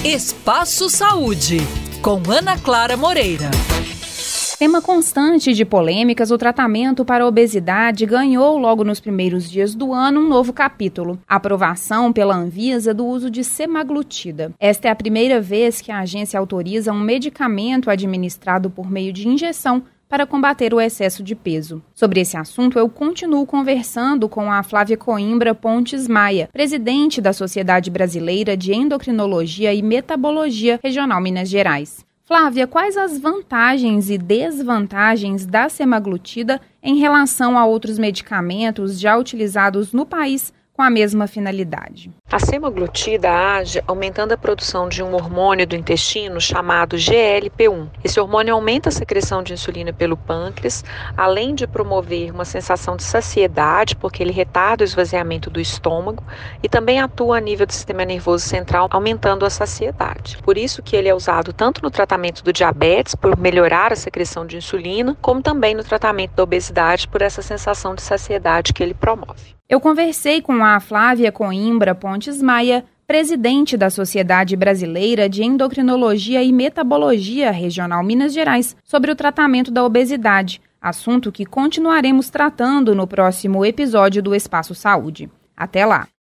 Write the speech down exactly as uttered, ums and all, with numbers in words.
Espaço Saúde, com Ana Clara Moreira. Tema constante de polêmicas, o tratamento para a obesidade ganhou logo nos primeiros dias do ano um novo capítulo, a aprovação pela Anvisa do uso de semaglutida. Esta é a primeira vez que a agência autoriza um medicamento administrado por meio de injeção para combater o excesso de peso. Sobre esse assunto, eu continuo conversando com a Flávia Coimbra Pontes Maia, presidente da Sociedade Brasileira de Endocrinologia e Metabologia Regional Minas Gerais. Flávia, quais as vantagens e desvantagens da semaglutida em relação a outros medicamentos já utilizados no país com a mesma finalidade? A semaglutida age aumentando a produção de um hormônio do intestino chamado G L P um. Esse hormônio aumenta a secreção de insulina pelo pâncreas, além de promover uma sensação de saciedade, porque ele retarda o esvaziamento do estômago e também atua a nível do sistema nervoso central, aumentando a saciedade. Por isso que ele é usado tanto no tratamento do diabetes, por melhorar a secreção de insulina, como também no tratamento da obesidade, por essa sensação de saciedade que ele promove. Eu conversei com a Flávia Coimbra Pontes Maia, presidente da Sociedade Brasileira de Endocrinologia e Metabologia Regional Minas Gerais, sobre o tratamento da obesidade, assunto que continuaremos tratando no próximo episódio do Espaço Saúde. Até lá!